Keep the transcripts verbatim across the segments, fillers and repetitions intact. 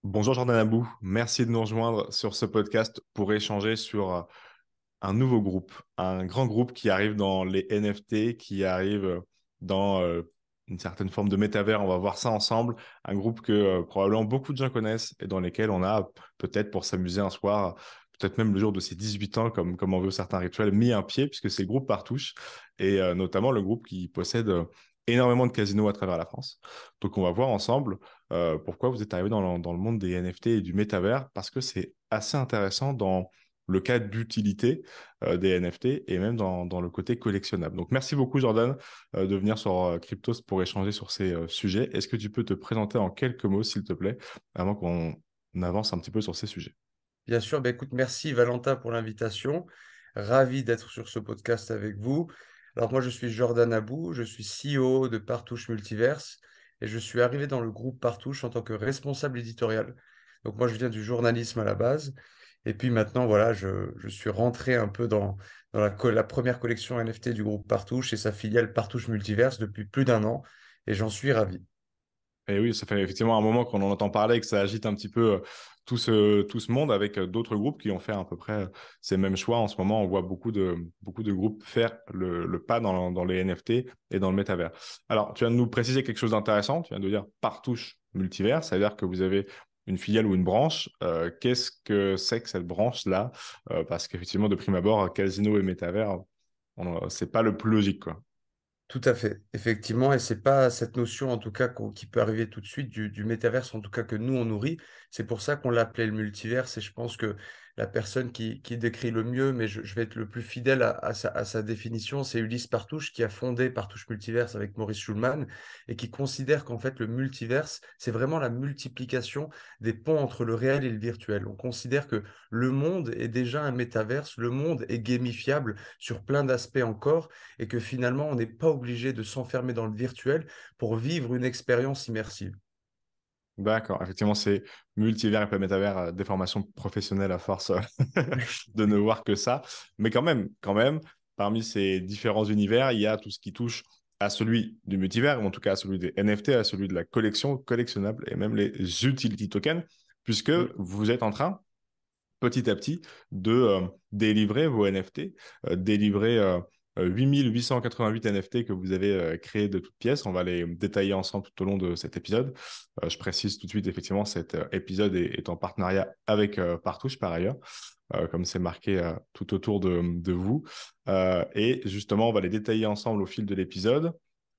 Bonjour Jordan Abou, merci de nous rejoindre sur ce podcast pour échanger sur euh, un nouveau groupe, un grand groupe qui arrive dans les N F T, qui arrive euh, dans euh, une certaine forme de métavers. On va voir ça ensemble, un groupe que euh, probablement beaucoup de gens connaissent et dans lesquels on a peut-être pour s'amuser un soir, peut-être même le jour de ses dix-huit ans, comme, comme on veut certains rituels, mis un pied, puisque c'est le groupe Partouche et euh, notamment le groupe qui possède euh, énormément de casinos à travers la France. Donc on va voir ensemble euh, pourquoi vous êtes arrivé dans le, dans le monde des N F T et du métavers, parce que c'est assez intéressant dans le cas d'utilité euh, des N F T et même dans, dans le côté collectionnable. Donc merci beaucoup Jordan euh, de venir sur euh, Cryptos pour échanger sur ces euh, sujets. Est-ce que tu peux te présenter en quelques mots, s'il te plaît, avant qu'on avance un petit peu sur ces sujets? Bien sûr, bah écoute, merci Valentin pour l'invitation. Ravi d'être sur ce podcast avec vous. Alors moi, je suis Jordan Abou, je suis C E O de Partouche Multiverse et je suis arrivé dans le groupe Partouche en tant que responsable éditorial. Donc moi, je viens du journalisme à la base. Et puis maintenant, voilà, je, je suis rentré un peu dans, dans la, co- la première collection N F T du groupe Partouche et sa filiale Partouche Multiverse depuis plus d'un an et j'en suis ravi. Et oui, ça fait effectivement un moment qu'on en entend parler et que ça agite un petit peu euh, tout ce, tout ce monde avec euh, d'autres groupes qui ont fait à peu près euh, ces mêmes choix. En ce moment, on voit beaucoup de, beaucoup de groupes faire le, le pas dans, dans les N F T et dans le métavers. Alors, tu viens de nous préciser quelque chose d'intéressant. Tu viens de dire Partouche Multivers, ça veut dire que vous avez une filiale ou une branche. Euh, qu'est-ce que c'est que cette branche-là? Euh, parce qu'effectivement, de prime abord, casino et métavers, on- c'est pas le plus logique, quoi. Tout à fait, effectivement, et c'est pas cette notion en tout cas qu'on- qui peut arriver tout de suite du, du métaverse, en tout cas que nous on nourrit. C'est pour ça qu'on l'appelait le multiverse, et je pense que la personne qui, qui décrit le mieux, mais je, je vais être le plus fidèle à, à sa, à sa définition, c'est Ulysse Partouche qui a fondé Partouche Multiverse avec Maurice Schulman et qui considère qu'en fait le multiverse, c'est vraiment la multiplication des ponts entre le réel et le virtuel. On considère que le monde est déjà un métaverse, le monde est gamifiable sur plein d'aspects encore et que finalement, on n'est pas obligé de s'enfermer dans le virtuel pour vivre une expérience immersive. D'accord, effectivement, c'est multivers et pas métavers, euh, des formations professionnelles à force euh, de ne voir que ça. Mais quand même, quand même, parmi ces différents univers, il y a tout ce qui touche à celui du multivers, ou en tout cas à celui des N F T, à celui de la collection collectionnable et même les utility tokens, puisque Mm. vous êtes en train petit à petit de euh, délivrer vos N F T, euh, délivrer euh, euh, huit mille huit cent quatre-vingt-huit N F T que vous avez euh, créés de toutes pièces. On va les détailler ensemble tout au long de cet épisode. Euh, je précise tout de suite, effectivement, cet euh, épisode est, est en partenariat avec euh, Partouche par ailleurs, euh, comme c'est marqué euh, tout autour de, de vous. Euh, et justement, on va les détailler ensemble au fil de l'épisode.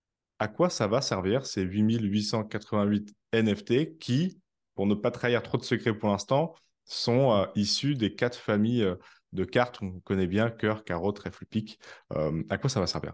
À quoi ça va servir ces huit mille huit cent quatre-vingt-huit N F T qui, pour ne pas trahir trop de secrets pour l'instant, sont euh, issus des quatre familles euh, de cartes qu'on connaît bien, cœur, carreau, trèfle, pique. Euh, à quoi ça va servir?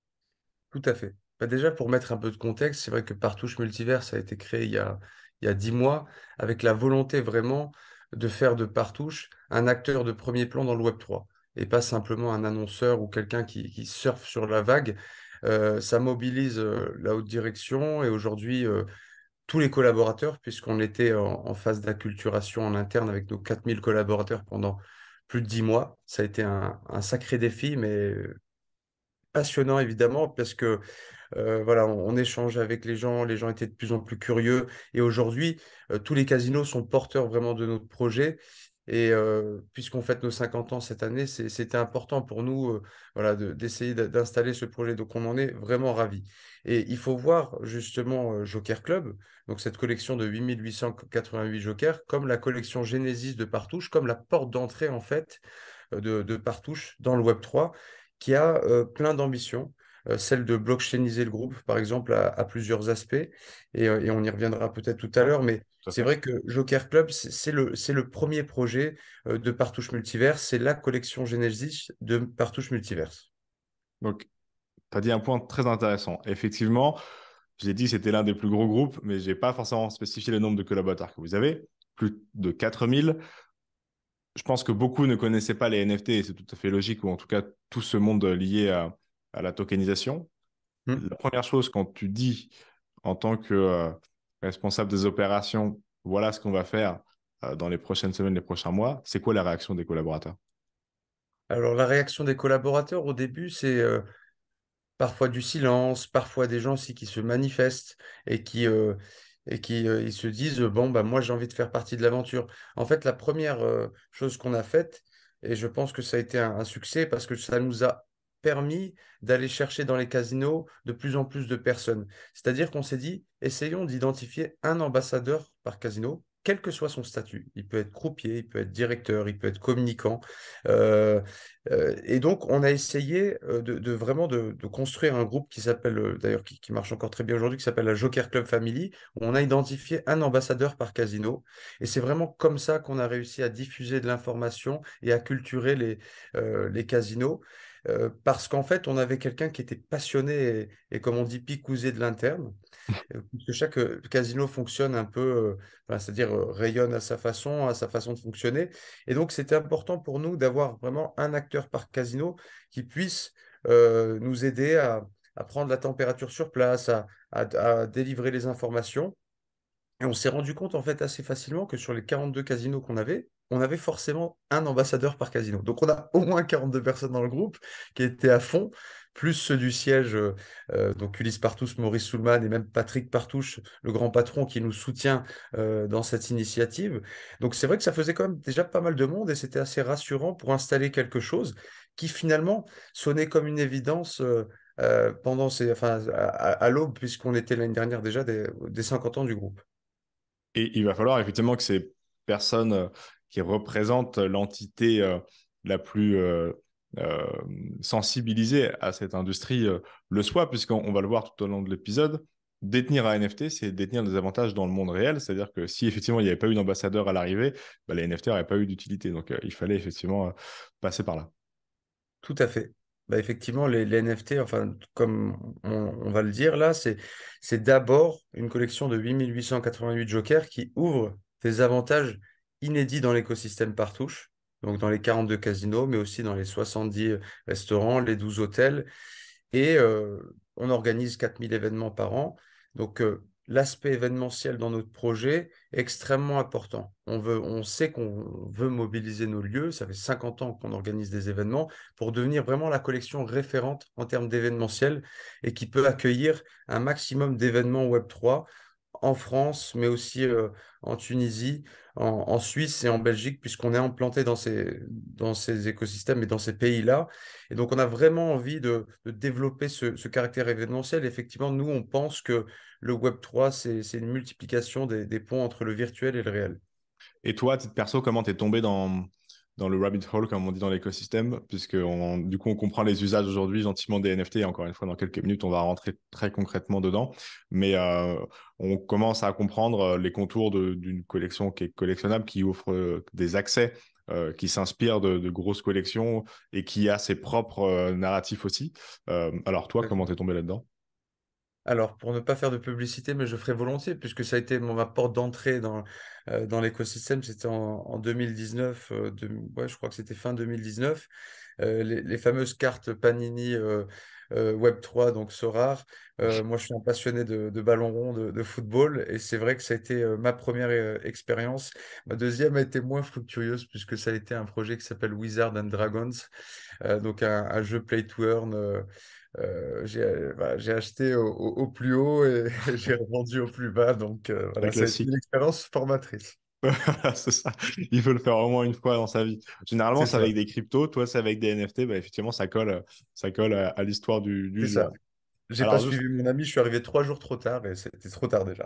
Tout à fait. Bah, déjà, pour mettre un peu de contexte, c'est vrai que Partouche Multiverse a été créé il y a, il y a dix mois avec la volonté vraiment de faire de Partouche un acteur de premier plan dans le web trois et pas simplement un annonceur ou quelqu'un qui, qui surfe sur la vague. Euh, ça mobilise euh, la haute direction et aujourd'hui euh, tous les collaborateurs, puisqu'on était en, en phase d'acculturation en interne avec nos quatre mille collaborateurs pendant plus de dix mois. Ça a été un, un sacré défi, mais passionnant évidemment, parce que euh, voilà, on, on échange avec les gens, les gens étaient de plus en plus curieux. Et aujourd'hui, euh, tous les casinos sont porteurs vraiment de notre projet. Et euh, puisqu'on fête nos cinquante ans cette année, c'est- c'était important pour nous euh, voilà, de- d'essayer d'a- d'installer ce projet. Donc on en est vraiment ravis. Et il faut voir justement euh, Joker Club, donc cette collection de huit mille huit cent quatre-vingt-huit jokers, comme la collection Genesis de Partouche, comme la porte d'entrée en fait euh, de, de Partouche dans le web trois, qui a euh, plein d'ambitions euh, celle de blockchainiser le groupe, par exemple, à, à plusieurs aspects. Et, euh, et on y reviendra peut-être tout à Ouais, l'heure, mais tout à c'est fait. vrai que Joker Club, c'est c'est le, c'est le premier projet euh, de Partouche Multiverse, c'est la collection Genesis de Partouche Multiverse. Donc, tu as dit un point très intéressant. Effectivement, j'ai dit que c'était l'un des plus gros groupes, mais je n'ai pas forcément spécifié le nombre de collaborateurs que vous avez. Plus de quatre mille. Je pense que beaucoup ne connaissaient pas les N F T et c'est tout à fait logique, ou en tout cas tout ce monde lié à, à la tokenisation. Hmm. La première chose, quand tu dis en tant que euh, responsable des opérations, voilà ce qu'on va faire euh, dans les prochaines semaines, les prochains mois, c'est quoi la réaction des collaborateurs? Alors, la réaction des collaborateurs au début, c'est euh, parfois du silence, parfois des gens aussi qui se manifestent et qui, euh, et qui euh, ils se disent, euh, bon, bah, moi, j'ai envie de faire partie de l'aventure. En fait, la première euh, chose qu'on a faite, et je pense que ça a été un, un succès parce que ça nous a permis d'aller chercher dans les casinos de plus en plus de personnes. C'est-à-dire qu'on s'est dit, essayons d'identifier un ambassadeur par casino, quel que soit son statut. Il peut être croupier, il peut être directeur, il peut être communicant. Euh, euh, et donc, on a essayé euh, de, de vraiment de, de construire un groupe qui s'appelle, euh, d'ailleurs, qui, qui marche encore très bien aujourd'hui, qui s'appelle la Joker Club Family, où on a identifié un ambassadeur par casino. Et c'est vraiment comme ça qu'on a réussi à diffuser de l'information et à culturer les, euh, les casinos. Euh, parce qu'en fait, on avait quelqu'un qui était passionné et, et, comme on dit, picousé de l'interne. Euh, Parce que chaque euh, casino fonctionne un peu, euh, enfin, c'est-à-dire euh, rayonne à sa façon, à sa façon de fonctionner. Et donc, c'était important pour nous d'avoir vraiment un acteur par casino qui puisse euh, nous aider à, à prendre la température sur place, à, à- à délivrer les informations. Et on s'est rendu compte en fait assez facilement que sur les quarante-deux casinos qu'on avait, on avait forcément un ambassadeur par casino. Donc on a au moins quarante-deux personnes dans le groupe qui étaient à fond, plus ceux du siège, euh, euh, donc Ulysse Partouche, Maurice Soulman et même Patrick Partouche, le grand patron qui nous soutient euh, dans cette initiative. Donc c'est vrai que ça faisait quand même déjà pas mal de monde et c'était assez rassurant pour installer quelque chose qui finalement sonnait comme une évidence. Euh, euh, pendant ces, enfin, à, à- à l'aube, puisqu'on était l'année dernière déjà des, des cinquante ans du groupe. Et il va falloir effectivement que ces personnes euh, qui représentent l'entité euh, la plus euh, euh, sensibilisée à cette industrie euh, le soient, puisqu'on on va le voir tout au long de l'épisode. Détenir un N F T, c'est détenir des avantages dans le monde réel. C'est-à-dire que si effectivement il n'y avait pas eu d'ambassadeur à l'arrivée, bah, les N F T n'auraient pas eu d'utilité. Donc euh, il fallait effectivement euh, passer par là. Tout à fait. Bah, effectivement, les, les N F T, enfin, comme on, on va le dire là, c'est, c'est d'abord une collection de huit mille huit cent quatre-vingt-huit jokers qui ouvre des avantages inédits dans l'écosystème Partouche, donc dans les quarante-deux casinos, mais aussi dans les soixante-dix restaurants, les douze hôtels. Et euh, on organise quatre mille événements par an. Donc, euh, l'aspect événementiel dans notre projet est extrêmement important. On veut, on sait qu'on veut mobiliser nos lieux. Ça fait cinquante ans qu'on organise des événements pour devenir vraiment la collection référente en termes d'événementiel et qui peut accueillir un maximum d'événements web trois en France, mais aussi euh, en Tunisie, en, en Suisse et en Belgique, puisqu'on est implanté dans ces, dans ces écosystèmes et dans ces pays-là. Et donc, on a vraiment envie de, de développer ce, ce caractère événementiel. Effectivement, nous, on pense que le web trois, c'est, c'est une multiplication des, des ponts entre le virtuel et le réel. Et toi, à titre perso, comment t'es tombé dans, dans le rabbit hole, comme on dit dans l'écosystème, puisque on- du coup, on comprend les usages aujourd'hui gentiment des N F T. Et encore une fois, dans quelques minutes, on va rentrer très concrètement dedans. Mais euh, on commence à comprendre euh, les contours de- d'une collection qui est collectionnable, qui offre euh, des accès, euh, qui s'inspire de, de grosses collections et qui a ses propres euh, narratifs aussi. Euh, alors toi, comment t'es tombé là-dedans? Alors, pour ne pas faire de publicité, mais je ferai volontiers, puisque ça a été mon, ma porte d'entrée dans, euh, dans l'écosystème, c'était en, en deux mille dix-neuf, euh, de- ouais, je crois que c'était fin deux mille dix-neuf, euh, les, les fameuses cartes Panini euh, euh, web trois, donc Sorare. Euh, moi, je suis un passionné de, de ballon rond, de, de football, et c'est vrai que ça a été euh, ma première euh, expérience. Ma deuxième a été moins fructueuse, puisque ça a été un projet qui s'appelle Wizards and Dragons, euh, donc un, un jeu play to earn. euh, euh, j'ai euh, voilà, j'ai acheté au, au- au plus haut et j'ai revendu au plus bas. Donc euh, La voilà, ça a été une classique. expérience formatrice. C'est ça. Il faut le faire au moins une fois dans sa vie. Généralement, C'est c'est ça, avec des cryptos. Toi, c'est avec des N F T. Bah, effectivement, ça colle, ça colle à, à l'histoire du, du c'est jeu. ça. J'ai pas Alors, juste. suivi mon ami, je suis arrivé trois jours trop tard et c'était trop tard déjà.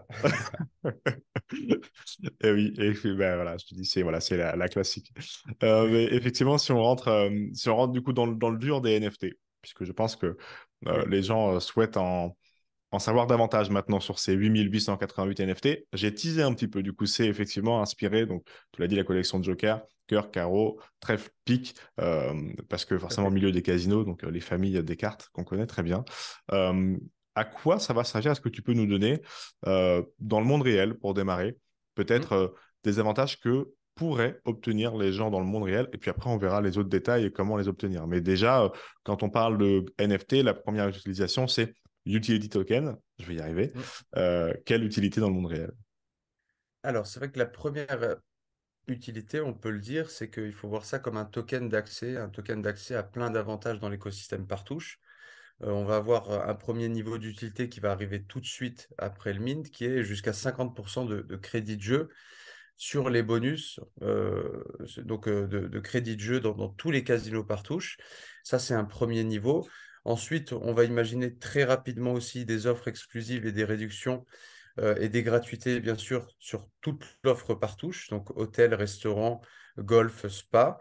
Et oui, et puis, ben, voilà, je te dis, c'est voilà, c'est la, la classique. Euh, mais effectivement, si on rentre, euh, si on rentre du coup dans, le- dans le dur des N F T, puisque je pense que euh, Oui. les gens euh, souhaitent en, en savoir davantage maintenant sur ces huit mille huit cent quatre-vingt-huit N F T. J'ai teasé un petit peu, du coup, c'est effectivement inspiré, donc tu l'as dit, la collection de Joker, cœur, carreau, trèfle, pique, euh, parce que Tout à forcément, au fait. milieu des casinos, donc euh, les familles des cartes qu'on connaît très bien. Euh, à quoi ça va servir? Est-ce que tu peux nous donner, euh, dans le monde réel, pour démarrer, Hmm. peut-être euh, des avantages que pourraient obtenir les gens dans le monde réel, et puis après, on verra les autres détails et comment les obtenir. Mais déjà, euh, quand on parle de N F T, la première utilisation, c'est Utility token, je vais y arriver. Hmm. Euh, quelle utilité dans le monde réel? Alors, c'est vrai que la première euh, utilité, on peut le dire, c'est qu'il faut voir ça comme un token d'accès, un token d'accès à plein d'avantages dans l'écosystème Partouche. Euh, on va avoir un premier niveau d'utilité qui va arriver tout de suite après le mint, qui est jusqu'à cinquante pour cent de, de crédit de jeu sur les bonus, euh, donc euh, de, de crédit de jeu dans, dans tous les casinos par touche. Ça, c'est un premier niveau. Ensuite, on va imaginer très rapidement aussi des offres exclusives et des réductions euh, et des gratuités, bien sûr, sur toute l'offre par touche, donc hôtel, restaurant, golf, spa,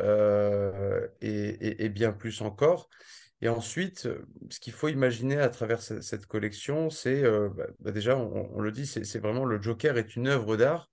euh, et, et- et bien plus encore. Et ensuite, euh, ce qu'il faut imaginer à travers ce- cette collection, c'est euh, bah, bah déjà, on, on le dit, c'est c'est vraiment le Joker est une œuvre d'art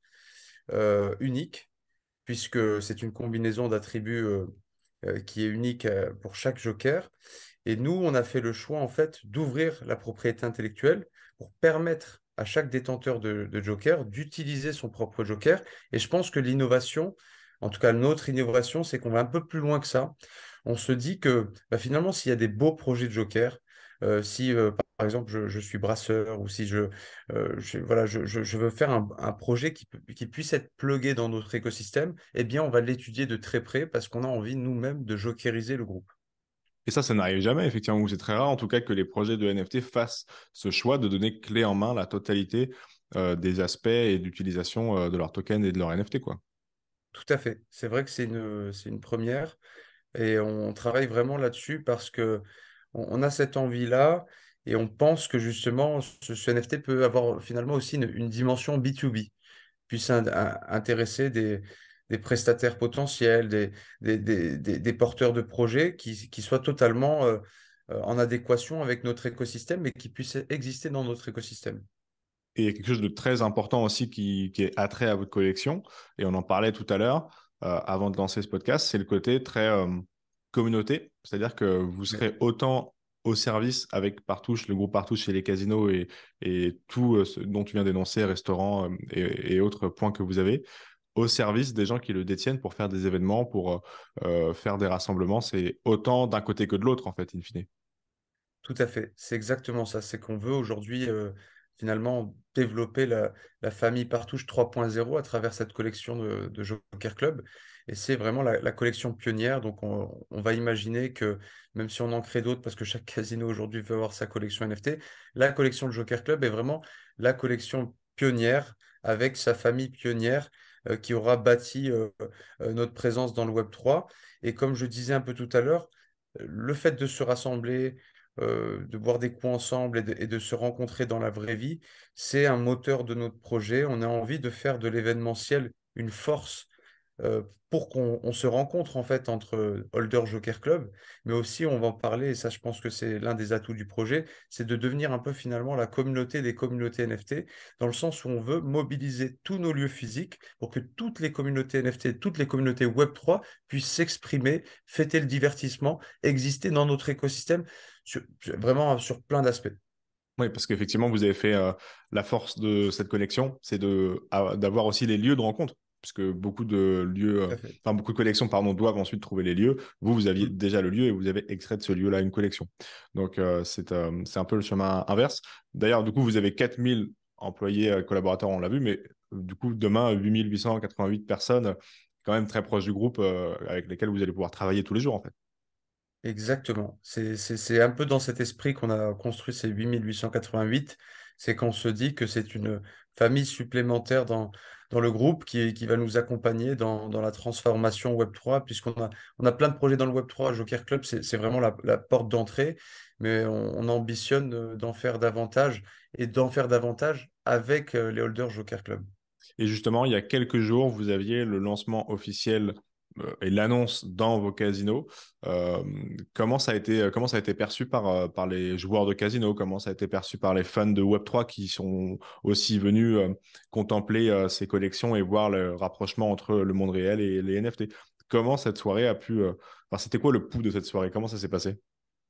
euh, unique, puisque c'est une combinaison d'attributs euh, euh, qui est unique euh, pour chaque Joker. Et nous, on a fait le choix, en fait, d'ouvrir la propriété intellectuelle pour permettre à chaque détenteur de, de Joker d'utiliser son propre Joker. Et je pense que l'innovation, en tout cas notre innovation, c'est qu'on va un peu plus loin que ça. On se dit que bah, finalement, s'il y a des beaux projets de Joker, euh, si euh, par exemple je, je suis brasseur ou si je, euh, je- voilà, je, je- je veux faire un, un projet qui, peut- qui puisse être plugué dans notre écosystème, eh bien on va l'étudier de très près parce qu'on a envie nous-mêmes de jokeriser le groupe. Et ça, ça n'arrive jamais, effectivement, ou c'est très rare, en tout cas, que les projets de N F T fassent ce choix de donner clé en main la totalité euh, des aspects et d'utilisation euh, de leurs tokens et de leurs N F T, quoi. Tout à fait. C'est vrai que c'est une, c'est une première et on travaille vraiment là-dessus parce que on, on a cette envie-là et on pense que justement ce, ce N F T peut avoir finalement aussi une, une dimension B deux B, puisse in- in- intéresser des, des prestataires potentiels, des, des, des- des- des porteurs de projets qui, qui soient totalement euh, euh, en adéquation avec notre écosystème et qui puissent exister dans notre écosystème. Et il y a quelque chose de très important aussi qui, qui est attrait à votre collection, et on en parlait tout à l'heure, euh, avant de lancer ce podcast, c'est le côté très euh, communauté, c'est-à-dire que vous Ouais. serez autant au service avec Partouche, le groupe Partouche et les casinos et, et tout euh, ce dont tu viens d'énoncer, restaurants euh, et, et autres points que vous avez, au service des gens qui le détiennent pour faire des événements, pour euh, euh, faire des rassemblements. C'est autant d'un côté que de l'autre, en fait, in fine. Tout à fait, c'est exactement ça. C'est qu'on veut aujourd'hui euh, finalement développer la, la famille Partouche trois point zéro à travers cette collection de, de Joker Club. Et c'est vraiment la, la collection pionnière. Donc on, on va imaginer que même si on en crée d'autres, parce que chaque casino aujourd'hui veut avoir sa collection N F T, la collection de Joker Club est vraiment la collection pionnière avec sa famille pionnière euh, qui aura bâti euh, euh, notre présence dans le Web trois. Et comme je disais un peu tout à l'heure, le fait de se rassembler, euh, de boire des coups ensemble et de, et de se rencontrer dans la vraie vie, c'est un moteur de notre projet. On a envie de faire de l'événementiel une force euh, pour qu'on on se rencontre en fait entre Holder Joker Club, mais aussi on va en parler, et ça je pense que c'est l'un des atouts du projet, c'est de devenir un peu finalement la communauté des communautés N F T, dans le sens où on veut mobiliser tous nos lieux physiques pour que toutes les communautés N F T, toutes les communautés Web trois puissent s'exprimer, fêter le divertissement, exister dans notre écosystème, sur- vraiment sur plein d'aspects. Oui, parce qu'effectivement, vous avez fait euh, la force de cette collection, c'est de à- d'avoir aussi les lieux de rencontre, puisque beaucoup de lieux, euh, Tout à fait. enfin beaucoup de collections, pardon, doivent ensuite trouver les lieux. Vous, vous aviez Mm. déjà le lieu et vous avez extrait de ce lieu-là une collection. Donc, euh, c'est euh, c'est un peu le chemin inverse. D'ailleurs, du coup, vous avez quatre mille employés, euh, collaborateurs, on l'a vu, mais euh, du coup, demain, huit mille huit cent quatre-vingt-huit personnes, quand même très proches du groupe, euh, avec lesquelles vous allez pouvoir travailler tous les jours, en fait. Exactement. C'est, c'est, c'est un peu dans cet esprit qu'on a construit ces huit mille huit cent quatre-vingt-huit. C'est qu'on se dit que c'est une famille supplémentaire dans, dans le groupe qui, qui va nous accompagner dans, dans la transformation Web trois, puisqu'on a, on a plein de projets dans le Web trois. Joker Club, c'est, c'est vraiment la, la porte d'entrée, mais on, on ambitionne de- d'en faire davantage et d'en faire davantage avec euh, les holders Joker Club. Et justement, il y a quelques jours, vous aviez le lancement officiel euh, et l'annonce dans vos casinos. Euh, comment ça a été, comment ça a été perçu par, euh, par les joueurs de casino? Comment ça a été perçu par les fans de web trois qui sont aussi venus euh, contempler euh, ces collections et voir le rapprochement entre le monde réel et les N F T? Comment cette soirée a pu... euh, Enfin, c'était quoi le pouls de cette soirée? Comment ça s'est passé?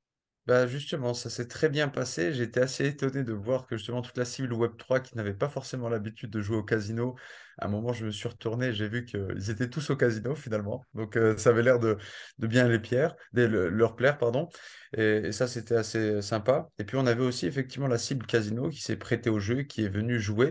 Bah justement, ça s'est très bien passé. J'étais assez étonné de voir que justement toute la cible web trois qui n'avait pas forcément l'habitude de jouer au casino, à un moment je me suis retourné et j'ai vu qu'ils étaient tous au casino finalement. Donc euh, ça avait l'air de, de bien les plaire, de le- leur plaire, pardon. Et, et ça c'était assez sympa. Et puis on avait aussi effectivement la cible casino qui s'est prêtée au jeu, qui est venue jouer,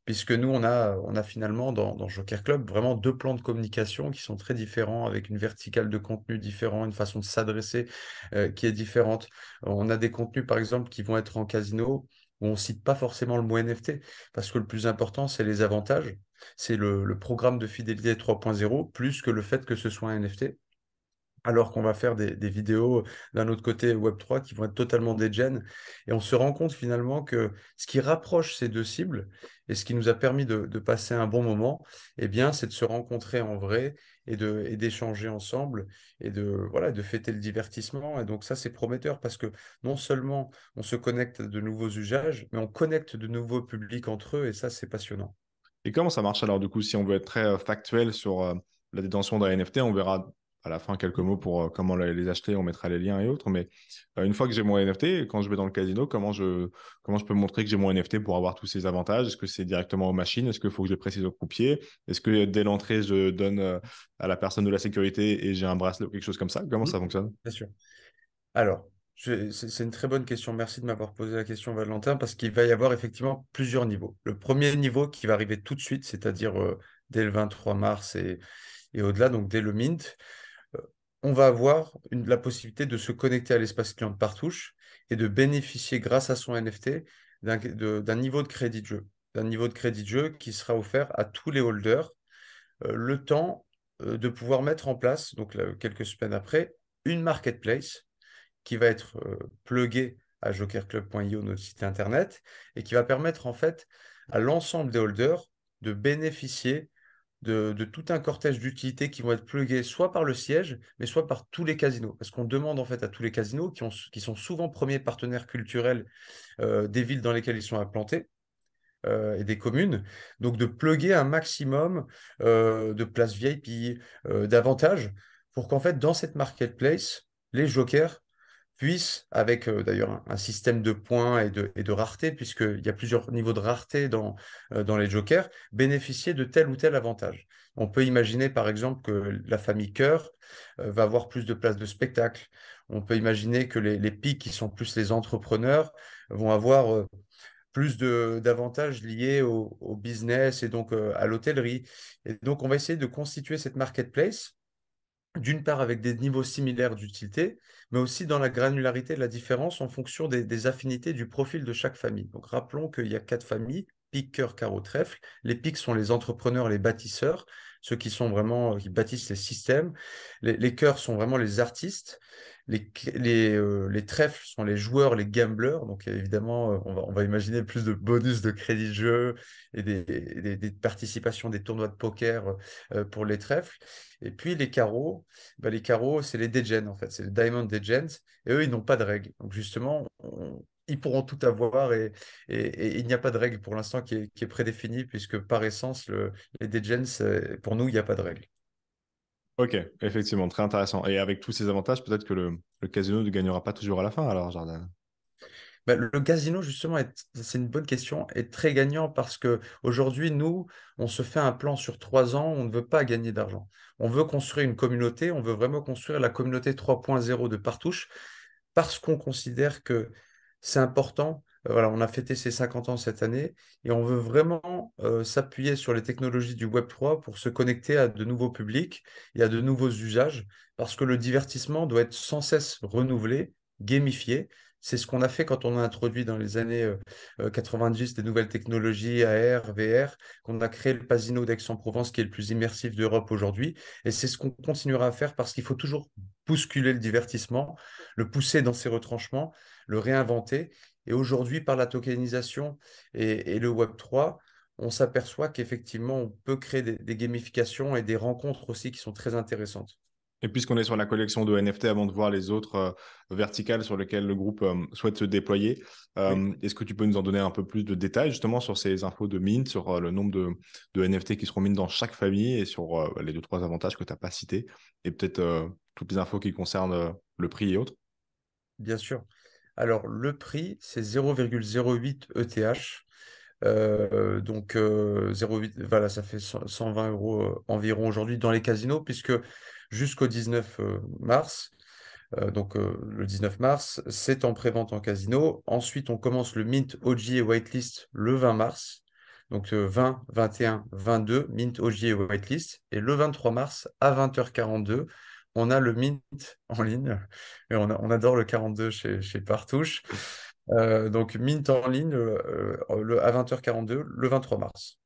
puisque nous, on a, on a finalement dans, dans Joker Club vraiment deux plans de communication qui sont très différents, avec une verticale de contenu différente, une façon de s'adresser euh, qui est différente. On a des contenus, par exemple, qui vont être en casino où on ne cite pas forcément le mot N F T, parce que le plus important, c'est les avantages. C'est le, le programme de fidélité trois point zéro, plus que le fait que ce soit un N F T. Alors qu'on va faire des, des vidéos d'un autre côté web trois qui vont être totalement dégènes. Et on se rend compte finalement que ce qui rapproche ces deux cibles et ce qui nous a permis de, de passer un bon moment, eh bien, c'est de se rencontrer en vrai et de, et d'échanger ensemble et de, voilà, de fêter le divertissement. Et donc ça, c'est prometteur parce que non seulement on se connecte à de nouveaux usages, mais on connecte de nouveaux publics entre eux et ça, c'est passionnant. Et comment ça marche alors, du coup, si on veut être très euh, factuel sur euh, la détention d'un N F T, on verra à la fin quelques mots pour euh, comment les les acheter, on mettra les liens et autres. Mais euh, une fois que j'ai mon N F T, quand je vais dans le casino, comment je, comment je peux montrer que j'ai mon N F T pour avoir tous ces avantages? Est-ce que c'est directement aux machines? Est-ce qu'il faut que je les précise au croupier? Est-ce que dès l'entrée, je donne euh, à la personne de la sécurité et j'ai un bracelet ou quelque chose comme ça? Comment Mm. ça fonctionne? Bien sûr. Alors, je- c'est c'est une très bonne question. Merci de m'avoir posé la question, Valentin, parce qu'il va y avoir effectivement plusieurs niveaux. Le premier niveau qui va arriver tout de suite, c'est-à-dire euh, dès le vingt-trois mars et, et au-delà, donc dès le mint, euh, on va avoir une- la possibilité de se connecter à l'espace client de Partouche et de bénéficier, grâce à son N F T, d'un de- d'un niveau de crédit de jeu. D'un niveau de crédit de jeu qui sera offert à tous les holders, euh, le temps euh, de pouvoir mettre en place, donc là, quelques semaines après, une marketplace qui va être euh, plugué à jokerclub point io, notre site internet, et qui va permettre en fait à l'ensemble des holders de bénéficier de, de tout un cortège d'utilités qui vont être pluguées soit par le siège, mais soit par tous les casinos. Parce qu'on demande en fait à tous les casinos, qui, ont, qui sont souvent premiers partenaires culturels euh, des villes dans lesquelles ils sont implantés, euh, et des communes, donc de pluguer un maximum euh, de places V I P, euh, d'avantages, pour qu'en fait, dans cette marketplace, les jokers puissent, avec euh, d'ailleurs un, un système de points et de, et de rareté, puisqu'il y a plusieurs niveaux de rareté dans, euh, dans les jokers, bénéficier de tel ou tel avantage. On peut imaginer par exemple que la famille Cœur euh, va avoir plus de places de spectacle. On peut imaginer que les, les pics, qui sont plus les entrepreneurs, vont avoir euh, plus de d'avantages liés au, au business et donc euh, à l'hôtellerie. Et donc, on va essayer de constituer cette marketplace d'une part avec des niveaux similaires d'utilité, mais aussi dans la granularité de la différence en fonction des, des affinités du profil de chaque famille. Donc rappelons qu'il y a quatre familles, pique, cœur, carreau, trèfle. Les piques sont les entrepreneurs, les bâtisseurs, ceux qui sont vraiment, qui bâtissent les systèmes. Les, les cœurs sont vraiment les artistes. Les, les, euh, les trèfles sont les joueurs, les gamblers. Donc évidemment, euh, on va, on va imaginer plus de bonus de crédit de jeu et des, des, des participations des tournois de poker euh, pour les trèfles. Et puis les carreaux, bah, les carreaux, c'est les Degen, en fait, c'est les Diamond Degens, et eux, ils n'ont pas de règles. Donc justement, on- ils pourront tout avoir, et, et- et il n'y a pas de règle pour l'instant qui est, qui est prédéfinie, puisque par essence, le- les Degens, euh, pour nous, il n'y a pas de règle. Ok, effectivement, très intéressant. Et avec tous ces avantages, peut-être que le, le casino ne gagnera pas toujours à la fin, alors, Jordan. Bah, le le casino, justement, est- c'est une bonne question, est très gagnant parce que aujourd'hui, nous, on se fait un plan sur trois ans, on ne veut pas gagner d'argent. On veut construire une communauté, on veut vraiment construire la communauté trois point zéro de Partouche, parce qu'on considère que c'est important. Euh, Voilà, on a fêté ses cinquante ans cette année et on veut vraiment euh, s'appuyer sur les technologies du web trois pour se connecter à de nouveaux publics et à de nouveaux usages, parce que le divertissement doit être sans cesse renouvelé, gamifié. C'est ce qu'on a fait quand on a introduit dans les années euh, euh, quatre-vingt-dix des nouvelles technologies A R, V R, qu'on a créé le Pasino d'Aix-en-Provence, qui est le plus immersif d'Europe aujourd'hui. Et c'est ce qu'on continuera à faire parce qu'il faut toujours bousculer le divertissement, le pousser dans ses retranchements, le réinventer. Et aujourd'hui, par la tokenisation et, et le web trois, on s'aperçoit qu'effectivement, on peut créer des, des gamifications et des rencontres aussi qui sont très intéressantes. Et puisqu'on est sur la collection de N F T, avant de voir les autres euh, verticales sur lesquelles le groupe euh, souhaite se déployer, Oui, euh, est-ce que tu peux nous en donner un peu plus de détails justement sur ces infos de mint, sur euh, le nombre de, de N F T qui seront mint dans chaque famille et sur euh, les deux, trois avantages que tu n'as pas cités et peut-être euh, toutes les infos qui concernent euh, le prix et autres? bien sûr. Alors, le prix, c'est zéro virgule zéro huit E T H. Euh, donc, euh, zéro virgule huit, voilà, ça fait cent cent vingt euros euh, environ aujourd'hui dans les casinos, puisque jusqu'au dix-neuf euh, mars, Euh, donc euh, le dix-neuf mars, c'est en prévente en casino. Ensuite, on commence le mint O G et whitelist le vingt mars. Donc euh, vingt, vingt et un, vingt-deux, Mint, O J et Whitelist. Et le vingt-trois mars, à vingt heures quarante-deux, on a le Mint en ligne. Et on, a- on adore le quarante-deux chez, chez Partouche. Euh, donc Mint en ligne euh, euh, le, à vingt heures quarante-deux, le vingt-trois mars.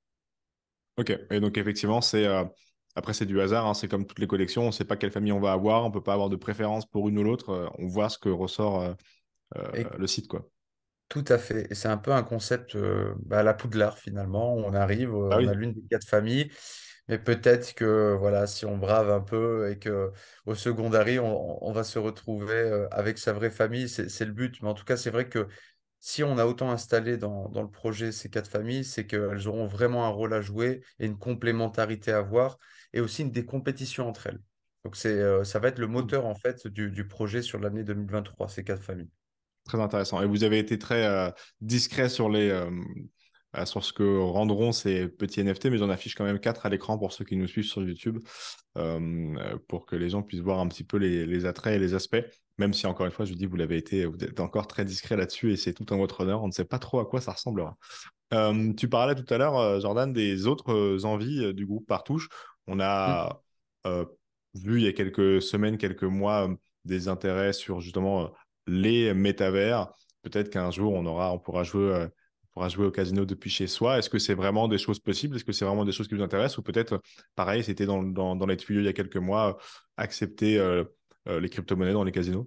Ok, et donc effectivement, c'est euh, après c'est du hasard, hein, c'est comme toutes les collections, on ne sait pas quelle famille on va avoir, on ne peut pas avoir de préférence pour une ou l'autre, euh, on voit ce que ressort euh, euh, Et le site, quoi. tout à fait. Et c'est un peu un concept euh, bah, à la Poudlard finalement. On arrive, euh, Ah on a oui, l'une des quatre familles, mais peut-être que voilà, si on brave un peu et que au secondary, on, on va se retrouver euh, avec sa vraie famille, c'est c'est le but. Mais en tout cas, c'est vrai que si on a autant installé dans, dans le projet ces quatre familles, c'est qu'elles auront vraiment un rôle à jouer et une complémentarité à avoir et aussi une des compétitions entre elles. Donc c'est, euh, ça va être le cool. moteur en fait du, du projet sur l'année deux mille vingt-trois, ces quatre familles. Très intéressant. Et vous avez été très euh, discret sur les euh, euh, sur ce que rendront ces petits N F T, mais j'en affiche quand même quatre à l'écran pour ceux qui nous suivent sur YouTube, euh, euh, pour que les gens puissent voir un petit peu les, les attraits et les aspects. Même si encore une fois, je dis, vous l'avez été, vous êtes encore très discret là-dessus et c'est tout en votre honneur. On ne sait pas trop à quoi ça ressemblera. Euh, tu parlais tout à l'heure, euh, Jordan, des autres euh, envies euh, du groupe Partouche. On Mm. a euh, vu il y a quelques semaines, quelques mois, euh, des intérêts sur justement euh, les métavers. Peut-être qu'un jour, on aura, on pourra jouer, euh, on pourra jouer au casino depuis chez soi. Est-ce que c'est vraiment des choses possibles? Est-ce que c'est vraiment des choses qui vous intéressent? Ou peut-être, euh, pareil, c'était dans, dans, dans les tuyaux il y a quelques mois, euh, accepter euh, euh, les crypto-monnaies dans les casinos?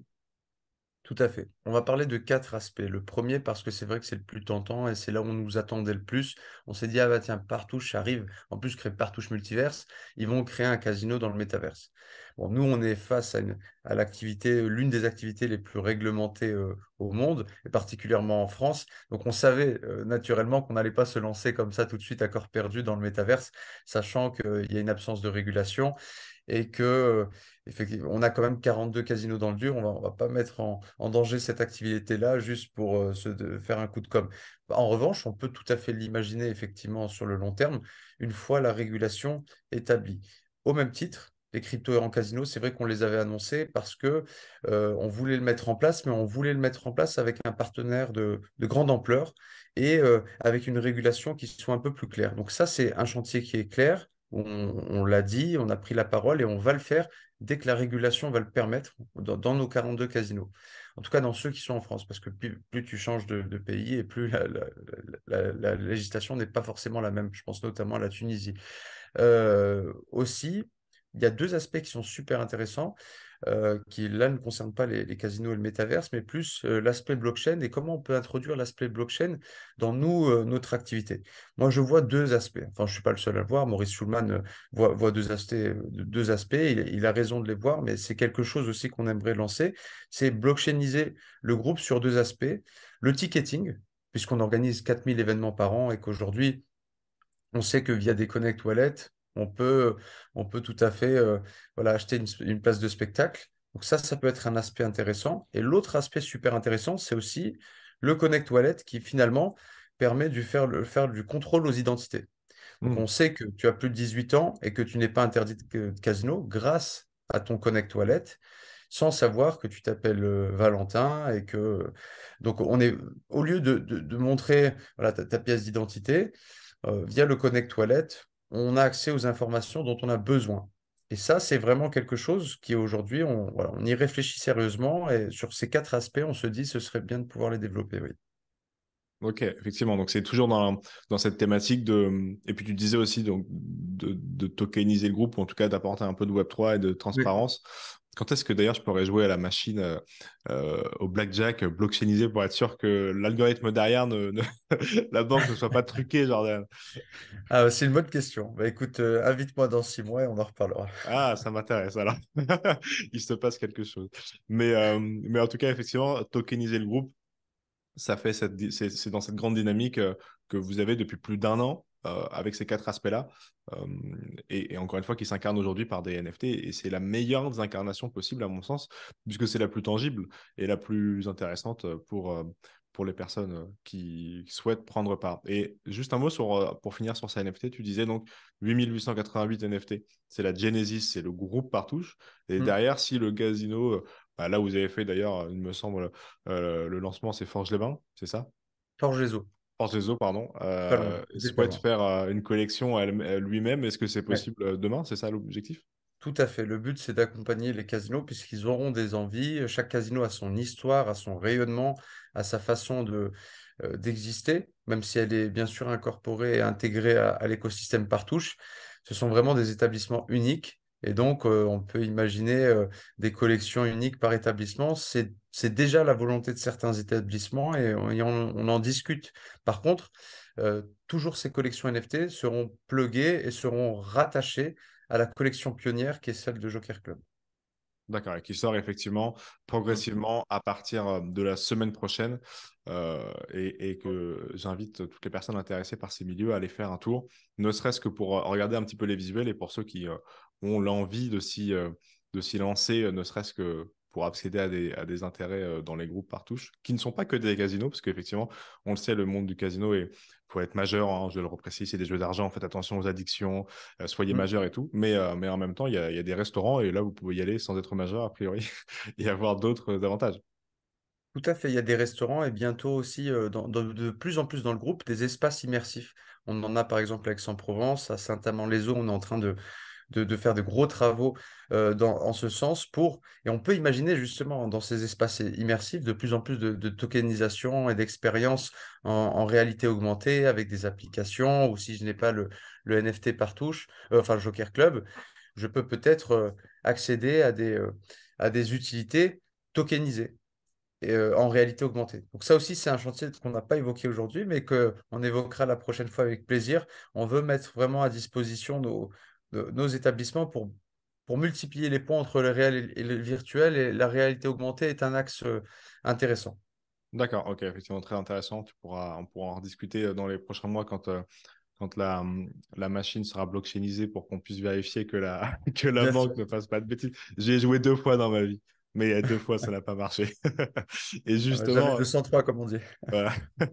Tout à fait. On va parler de quatre aspects. Le premier, parce que c'est vrai que c'est le plus tentant et c'est là où on nous attendait le plus. On s'est dit, ah bah tiens, Partouche arrive. En plus, créer Partouche Multiverse, ils vont créer un casino dans le métaverse. Bon, nous, on est face à, une- à l'activité, l'une des activités les plus réglementées euh, au monde, et particulièrement en France. Donc, on savait euh, naturellement qu'on n'allait pas se lancer comme ça tout de suite à corps perdu dans le métaverse, sachant qu'il y a une absence de régulation et que euh, effectivement, on a quand même quarante-deux casinos dans le dur. On va, on va pas mettre en, en danger cette activité-là juste pour euh, se, de- faire un coup de com'. En revanche, on peut tout à fait l'imaginer effectivement sur le long terme, une fois la régulation établie. Au même titre, les cryptos en casino, c'est vrai qu'on les avait annoncés parce que euh, on voulait le mettre en place, mais on voulait le mettre en place avec un partenaire de, de grande ampleur et euh, avec une régulation qui soit un peu plus claire. Donc ça, c'est un chantier qui est clair. On, on l'a dit, on a pris la parole et on va le faire dès que la régulation va le permettre dans, dans nos quarante-deux casinos. En tout cas, dans ceux qui sont en France, parce que plus, plus tu changes de, de pays et plus la, la- la- la législation n'est pas forcément la même. Je pense notamment à la Tunisie. Euh, aussi, il y a deux aspects qui sont super intéressants, euh, qui là ne concernent pas les, les casinos et le métaverse, mais plus euh, l'aspect blockchain et comment on peut introduire l'aspect blockchain dans nous, euh, notre activité. Moi, je vois deux aspects. Enfin, je ne suis pas le seul à le voir. Maurice Schulman euh, voit, voit deux aspects. euh, deux aspects. Il, il a raison de les voir, mais c'est quelque chose aussi qu'on aimerait lancer. C'est blockchainiser le groupe sur deux aspects. Le ticketing, puisqu'on organise quatre mille événements par an et qu'aujourd'hui, on sait que via des Connect Wallet, on peut, on peut tout à fait euh, voilà, acheter une, une place de spectacle. Donc ça, ça peut être un aspect intéressant. Et l'autre aspect super intéressant, c'est aussi le Connect Wallet qui finalement permet de faire, le, faire du contrôle aux identités. Donc Hmm. on sait que tu as plus de dix-huit ans et que tu n'es pas interdit de, de casino grâce à ton Connect Wallet, sans savoir que tu t'appelles euh, Valentin et que donc on est au lieu de, de- de montrer voilà, ta, ta pièce d'identité, euh, via le Connect Wallet, on a accès aux informations dont on a besoin. Et ça, c'est vraiment quelque chose qui aujourd'hui, on, voilà, on y réfléchit sérieusement et sur ces quatre aspects, on se dit ce serait bien de pouvoir les développer, oui. Ok, effectivement. Donc, c'est toujours dans, dans cette thématique de. Et puis, tu disais aussi donc, de, de tokeniser le groupe, ou en tout cas d'apporter un peu de web trois et de Oui. transparence. Quand est-ce que d'ailleurs je pourrais jouer à la machine, euh, euh, au blackjack, euh, blockchainisé pour être sûr que l'algorithme derrière, ne, ne- la banque ne soit pas truquée, Jordan? Ah, c'est une bonne question. Bah, écoute, euh, invite-moi dans six mois et on en reparlera. Ah, ça m'intéresse alors. Il se passe quelque chose. Mais, euh, mais en tout cas, effectivement, tokeniser le groupe, ça fait cette, di- c'est c'est dans cette grande dynamique euh, que vous avez depuis plus d'un an euh, avec ces quatre aspects-là. Euh, et, et encore une fois, qui s'incarnent aujourd'hui par des N F T. Et c'est la meilleure des incarnations possible, à mon sens, puisque c'est la plus tangible et la plus intéressante pour, euh, pour les personnes euh, qui souhaitent prendre part. Et juste un mot sur, euh, pour finir sur ces N F T, tu disais donc huit mille huit cent quatre-vingt-huit N F T. C'est la Genesis, c'est le groupe Partouche. Et Hmm. derrière, si le casino, euh, bah, là, vous avez fait d'ailleurs, il me semble, euh, le lancement, c'est Forge-les-Bains, c'est ça? Forgezo. Orgezo, pardon, Pas euh, loin, vous êtes pas souhaite loin. faire euh, une collection à elle- à lui-même. Est-ce que c'est Ouais. possible euh, demain? C'est ça l'objectif? Tout à fait. Le but, c'est d'accompagner les casinos puisqu'ils auront des envies. Chaque casino a son histoire, a son rayonnement, a sa façon de, euh, d'exister, même si elle est bien sûr incorporée et intégrée à, à l'écosystème Partouche. Ce sont vraiment des établissements uniques. Et donc, euh, on peut imaginer euh, des collections uniques par établissement. C'est, c'est déjà la volonté de certains établissements et on, et on- on en discute. Par contre, euh, toujours ces collections N F T seront pluguées et seront rattachées à la collection pionnière qui est celle de Joker Club. D'accord, et qui sort effectivement Mm. progressivement à partir euh, de la semaine prochaine euh, et, et que j'invite toutes les personnes intéressées par ces milieux à aller faire un tour, ne serait-ce que pour euh, regarder un petit peu les visuels et pour ceux qui euh, ont l'envie de s'y euh, de s'y lancer, euh, ne serait-ce que pour accéder à des, à des intérêts euh, dans les groupes Partouche, qui ne sont pas que des casinos, parce qu'effectivement, on le sait, le monde du casino, il faut être majeur, hein, je le reprécise, c'est des jeux d'argent, faites attention aux addictions, euh, soyez Mm. majeur et tout. Mais, euh, mais en même temps, il y a, il y a des restaurants et là, vous pouvez y aller sans être majeur, a priori, et avoir d'autres avantages. Tout à fait, il y a des restaurants et bientôt aussi euh, dans- dans- de plus en plus dans le groupe des espaces immersifs. On en a par exemple à Aix-en-Provence, à Saint-Amand-les-Eaux, on est en train de, de, de faire de gros travaux euh, dans, en ce sens pour, et on peut imaginer justement dans ces espaces immersifs de plus en plus de, de tokenisation et d'expériences en, en réalité augmentée avec des applications, ou si je n'ai pas le, le N F T par touche, euh, enfin le Joker Club, je peux peut-être euh, accéder à des, euh, à des utilités tokenisées et, euh, en réalité augmentée. Donc ça aussi, c'est un chantier qu'on n'a pas évoqué aujourd'hui, mais qu'on évoquera la prochaine fois avec plaisir. On veut mettre vraiment à disposition nos, de- nos établissements pour, pour multiplier les ponts entre le réel et, et le virtuel, et la réalité augmentée est un axe euh, intéressant. D'accord, ok, effectivement, très intéressant. Tu pourras, on pourra en rediscuter euh, dans les prochains mois quand, euh, quand la, hum, la machine sera blockchainisée pour qu'on puisse vérifier que la, que la Bien banque sûr. ne fasse pas de bêtises. J'ai joué deux fois dans ma vie, mais euh, deux fois, ça n'a pas marché. Et Ah bah, jamais justement, deux cent trois, comme on dit. voilà.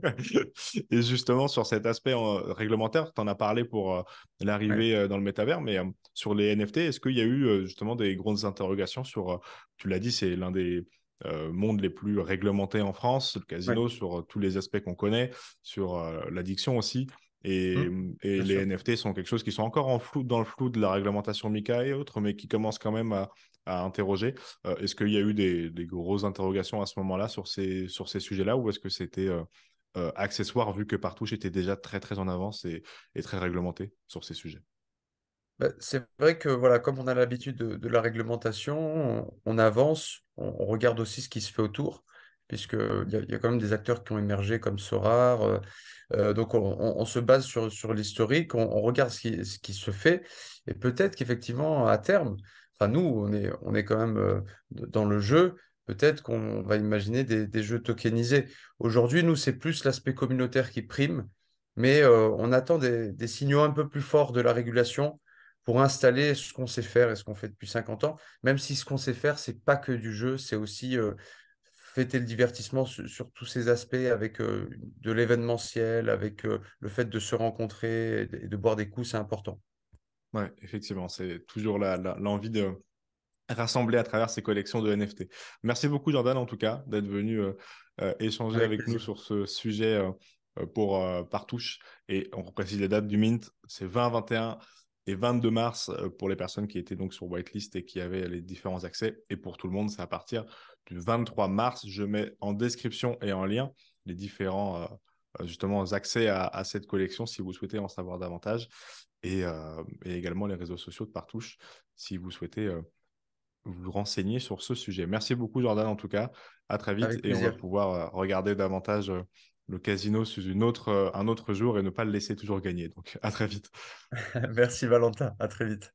Et justement, sur cet aspect euh, réglementaire, tu en as parlé pour euh, Ouais. l'arrivée euh, dans le métavers, mais euh, sur les N F T, est-ce qu'il y a eu euh, justement des grosses interrogations sur, euh, tu l'as dit, c'est l'un des euh, mondes les plus réglementés en France, le Ouais. casino, sur euh, tous les aspects qu'on connaît, sur euh, l'addiction aussi. Et, Hmm. et Bien les sûr. N F T sont quelque chose qui sont encore en flou, dans le flou de la réglementation MiCA et autres, mais qui commencent quand même à, à interroger. Euh, est-ce qu'il y a eu des, des grosses interrogations à ce moment-là sur ces, sur ces sujets-là ou est-ce que c'était euh, euh, accessoire vu que Partouche était déjà très très en avance et, et très réglementé sur ces sujets? Bah, c'est vrai que voilà, comme on a l'habitude de, de la réglementation, on, on avance, on, on regarde aussi ce qui se fait autour, puisqu'il y a, il y a quand même des acteurs qui ont émergé comme Sorar. euh, euh, donc on, on- on se base sur, sur l'historique, on, on regarde ce qui, ce qui se fait, et peut-être qu'effectivement, à terme, enfin nous, on est, on est quand même euh, d- dans le jeu, peut-être qu'on va imaginer des, des jeux tokenisés. Aujourd'hui, nous, c'est plus l'aspect communautaire qui prime, mais euh, on attend des, des signaux un peu plus forts de la régulation pour installer ce qu'on sait faire et ce qu'on fait depuis cinquante ans, même si ce qu'on sait faire, c'est pas que du jeu, c'est aussi euh, fêter le divertissement sur, sur tous ces aspects avec euh, de l'événementiel, avec euh, le fait de se rencontrer et de, et de boire des coups, c'est important. Ouais, effectivement, c'est toujours la- la- l'envie de rassembler à travers ces collections de N F T. Merci beaucoup, Jordan, en tout cas, d'être venu euh, euh, échanger Avec avec nous plaisir. sur ce sujet euh, euh, pour euh, Partouche. Et on précise les dates du Mint, c'est vingt, vingt et un et vingt-deux mars euh, pour les personnes qui étaient donc sur whitelist et qui avaient les différents accès. Et pour tout le monde, c'est à partir du vingt-trois mars. Je mets en description et en lien les différents euh, euh, justement accès à, à cette collection si vous souhaitez en savoir davantage. Et, euh, et également les réseaux sociaux de Partouche si vous souhaitez euh, vous renseigner sur ce sujet. Merci beaucoup, Jordan, en tout cas. À très vite Avec et on va plaisir. pouvoir euh, regarder davantage euh, le casino sous une autre, euh, un autre jour et ne pas le laisser toujours gagner. Donc, à très vite. Merci Valentin, à très vite.